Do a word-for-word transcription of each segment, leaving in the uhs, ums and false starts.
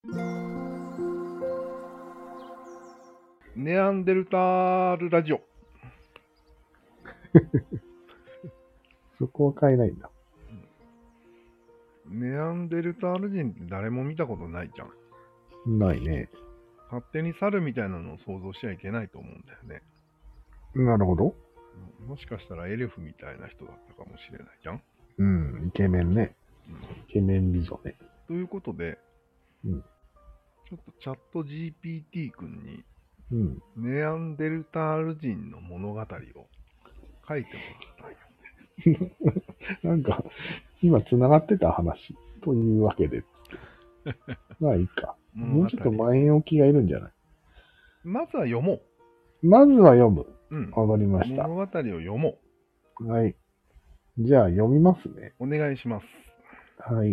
ネアンデルタールラジオ。 そこは変えないんだ。 ネアンデルタール人って誰も見たことないじゃん。 ないね。 勝手に猿みたいなのを想像しちゃいけないと思うんだよね。 なるほど。 もしかしたらエルフみたいな人だったかもしれないじゃん。 うん、イケメンね。 うん、 イケメン美女ね。 ということで、 うん、 ちょっとチャット ジーピーティー 君に、 うん。 ネアンデルタール人の物語を書いてもらったんよ。 なんか、今繋がってた話というわけで。まあいいか。もうちょっと前置きがいるんじゃない？ まずは読もう。まずは読む。 う。うん。 わかりました。 物語を読もう。はい。じゃあ読みますね。 お願いします。 はい。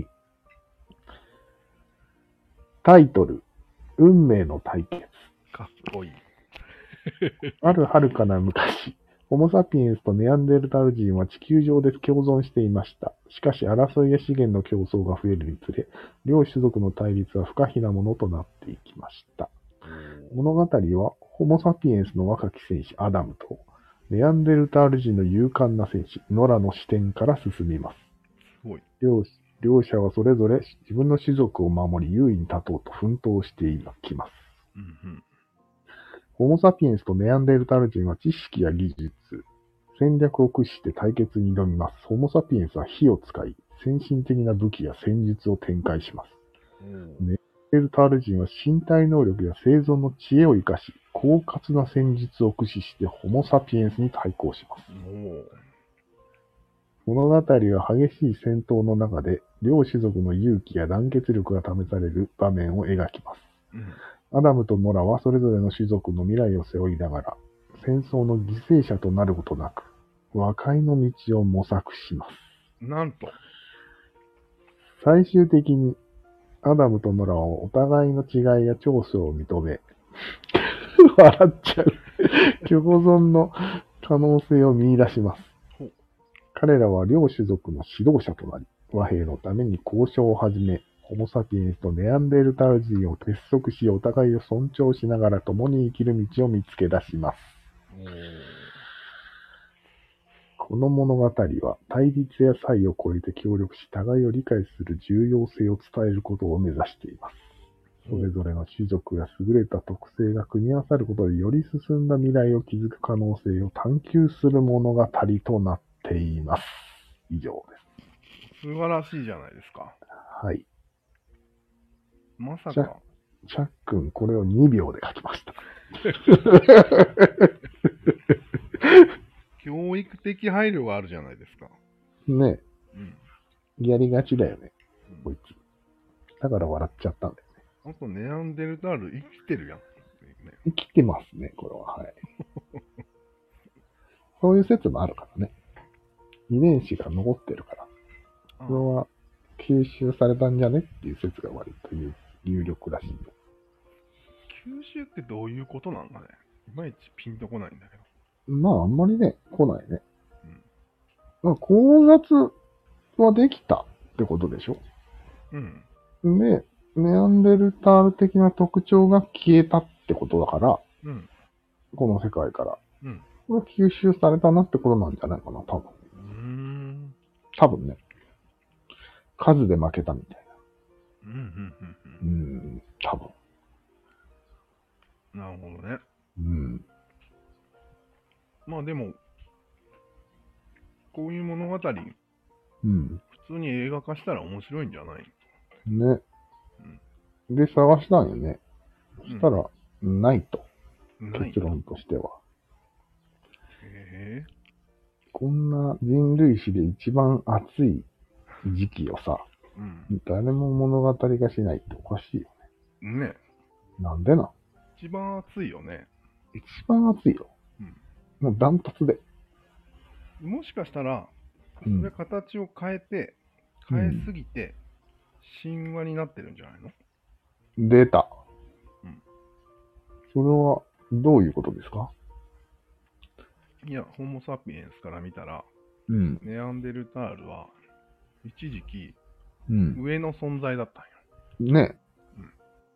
タイトル、運命の対決。 かっこいい。 ある遥かな昔、ホモサピエンスとネアンデルタール人は地球上で共存していました。しかし争いや資源の競争が増えるにつれ、両種族の対立は不可避なものとなっていきました。物語は、ホモサピエンスの若き戦士アダムと、ネアンデルタール人の勇敢な戦士ノラの視点から進みます。 すごい。 両両者はそれぞれ自分の種族を守り優位に立とうと奮闘していきます。 うんうん、 ホモサピエンスとネアンデルタール人は知識や技術、戦略を駆使して対決に挑みます。ホモサピエンスは火を使い、先進的な武器や戦術を展開します。ネアンデルタール人は身体能力や生存の知恵を生かし、狡猾な戦術を駆使してホモサピエンスに対抗します。物語は激しい戦闘の中で、両種族の勇気や団結力が試される場面を描きます。うん、アダムとノラはそれぞれの種族の未来を背負いながら、戦争の犠牲者となることなく、和解の道を模索します。 なんと。 最終的に、アダムとノラはお互いの違いや長所を認め、笑っちゃう。共存の可能性を見出します。彼らは両種族の指導者となり、和平のために交渉を始め、ホモサピエンスとネアンデルタール人を結束し、お互いを尊重しながら共に生きる道を見つけ出します。この物語は対立や差異を超えて協力し、互いを理解する重要性を伝えることを目指しています。それぞれの種族や優れた特性が組み合わさることで、より進んだ未来を築く可能性を探求する物語となっています。以上です。 素晴らしいじゃないですか。 はい。 まさか。 チャックン、これをにびょうで書きました。 教育的配慮があるじゃないですか。 ねえ。うん。 やりがちだよね、うん、こいつ。だから笑っちゃったんだよね。 あと、ネアンデルタール生きてるやん。 生きてますね、これは。はい。そういう説もあるからね。遺伝子が残ってるから。これは吸収されたんじゃねっていう説が割と有力らしいよ。 吸収ってどういうことなんだね。いまいちピンとこないんだけど。 まあ、あんまりね、来ないね。うん。まあ、交雑はできたってことでしょ。うん。で、ネアンデルタール的な特徴が消えたってことだから、うん、この世界から。うん。これは吸収されたなってことなんじゃないかな、多分。うーん。多分ね。数で負けたみたいな。うん、うん、うん。うん、多分。 なるほどね。 うん。 まあでも、こういう物語、 うん、 普通に映画化したら面白いんじゃない？ ね。うん、で、探したんよね。そしたら、うん、ないと。結論としては。へぇ。こんな人類史で一番熱い時期をさ、うん、誰も物語化しないっておかしいよね。ね。なんでな？ 一番熱いよね。 一番熱いよ。うん、もうダントツで。 もしかしたら、それ形を変えて、うん、変えすぎて、神話になってるんじゃないの？ 出た。うん。それはどういうことですか？ いや、ホモ・サピエンスから見たら、 うん、 ネアンデルタールは一時期、うん、上の存在だったんよ。 ね。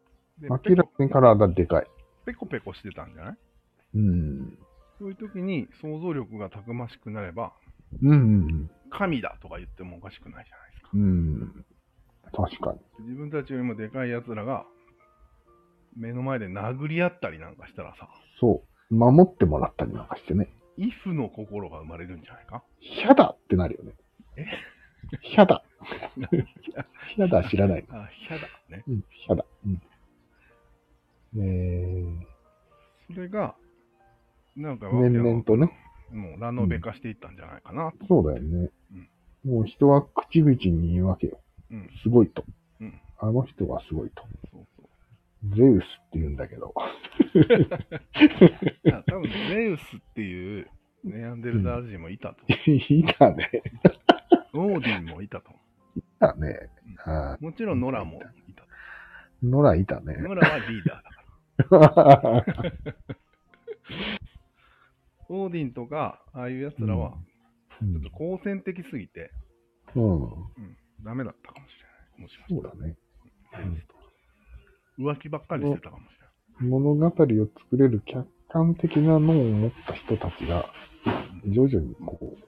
で明らかに体でかい。 ペコペコしてたんじゃない？ うん。 そういう時に想像力がたくましくなれば、 うんうん。 神だとか言ってもおかしくないじゃないですか。 うん。確かに。 自分たちよりもでかい奴らが目の前で殴り合ったりなんかしたらさ、 そう。守ってもらったりなんかしてね。 イフの心が生まれるんじゃないか？ ヒャダってなるよね。 えヒャダ。ヒャダ知らない。 あ、ヒャダね。 うん、ヒャダ。うん。えー、 それが、なんか年々とね。 もうラノベ化していったんじゃないかなと、 うん。そうだよね。うん、もう人は口々に言うわけよ。うん、すごいと。うん、あの人はすごいと。そうそう。ゼウスって言うんだけど。 いや多分ゼウスっていうネアンデルタール人もいたと。 うん、いたね。 オーディンもいたと。 いたね。 うん、もちろんノラもいたと。 ノラいたね。 ノラはリーダーだから。オーディンとか、ああいうやつらは、ちょっと好戦的すぎて、うん、うん、ダメだったかもしれない。もしかしたら。そうだね。うん、浮気ばっかりしてたかもしれない。 物語を作れる客観的な脳を持った人たちが、徐々にこう、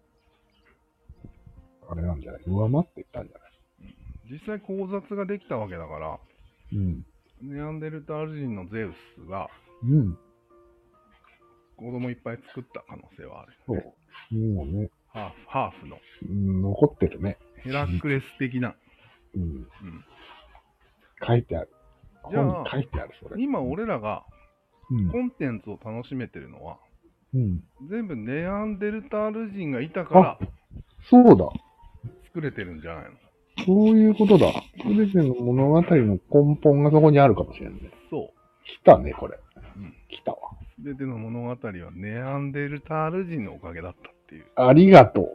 あれなんじゃない？上回っていったんじゃない？ うん、実際考察ができたわけだから、うん、ネアンデルタール人のゼウスが、うん、子供いっぱい作った可能性はあるよね。 そう。もうね。 ハーフ、ハーフの。 うん、残ってるね。 ヘラクレス的な。 うん。うん、書いてある。 じゃあ、 書いてある、それ。 今俺らが、コンテンツを楽しめてるのは、うん、全部ネアンデルタール人がいたから、 そうだ。 作れてるんじゃないの？ そういうことだ。すべての物語の根本がそこにあるかもしれないね。 そう。 来たね、これ。うん、来たわ。 すべての物語はネアンデルタール人のおかげだったっていう。 ありがとう。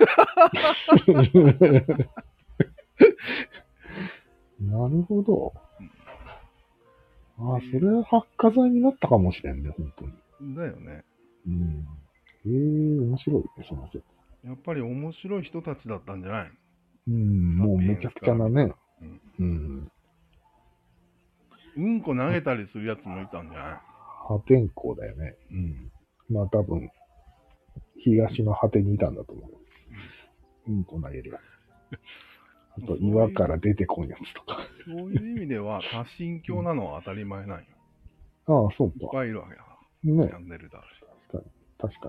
なるほど。うん、ああ、それは発火剤になったかもしれんね、本当に。 だよね。 うん。ええー、面白いね、その説。 やっぱり面白い人たちだったんじゃない？ うん、もうめちゃくちゃなね。うん。うん。 うんこ投げたりするやつもいたんじゃない？ 破天荒だよね。うん。まあ多分、東の果てにいたんだと思う。うん、うんこ投げるやつ。あと、岩から出てこんやつとか。 そういう意味では、多神教なのは当たり前なんよ。 ああ、そうか。 いっぱいいるわけだから。 ね。 ヤンデルタール人。確かに。確か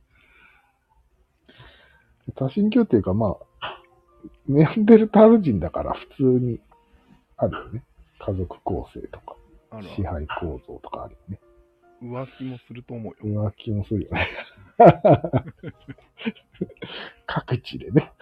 に。多神教っていうか、まあ、ネアンデルタール人だから普通にあるよね。家族構成とか、あるある支配構造とかあるよね。 浮気もすると思うよ。 浮気もするよね。各地でね。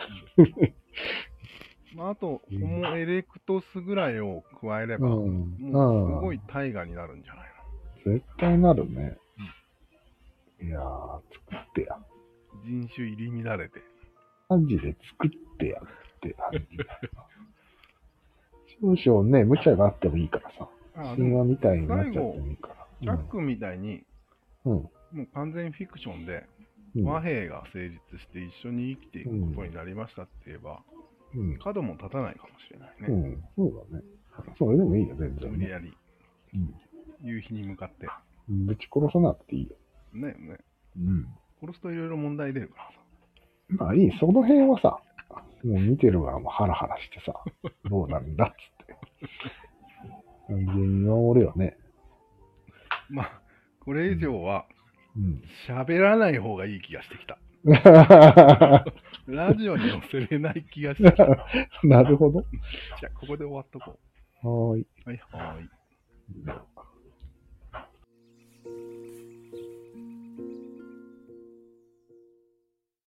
まあ、あと、ホモエレクトスぐらいを加えれば、うん、もうすごい大河になるんじゃないの？絶対なるね。うん、いやー、作ってや。 人種入り乱れて。 マジで作ってやって感じだな。少々ね、無茶があってもいいからさ。神話みたいになっちゃってもいいから。 ジャックみたいに、うん、もう完全にフィクションで、うん、和平が成立して一緒に生きていくことになりましたって言えば、うん、角も立たないかもしれないね。 うん、そうだね。それでもいいよ、全然、ね。 無理やり、うん、夕日に向かって。 ぶち殺さなくていいよ。 ねえね。うん。殺すといろいろ問題出るからさ。 まあいい、その辺はさ、もう見てる側もハラハラしてさ、どうなるんだっつって。見守るよね。 まあ、これ以上は、喋、うん、らない方がいい気がしてきた。ラジオに載せれない気がしてきた。 なるほど。 じゃあ、ここで終わっとこう。はーい。 はい、はーい。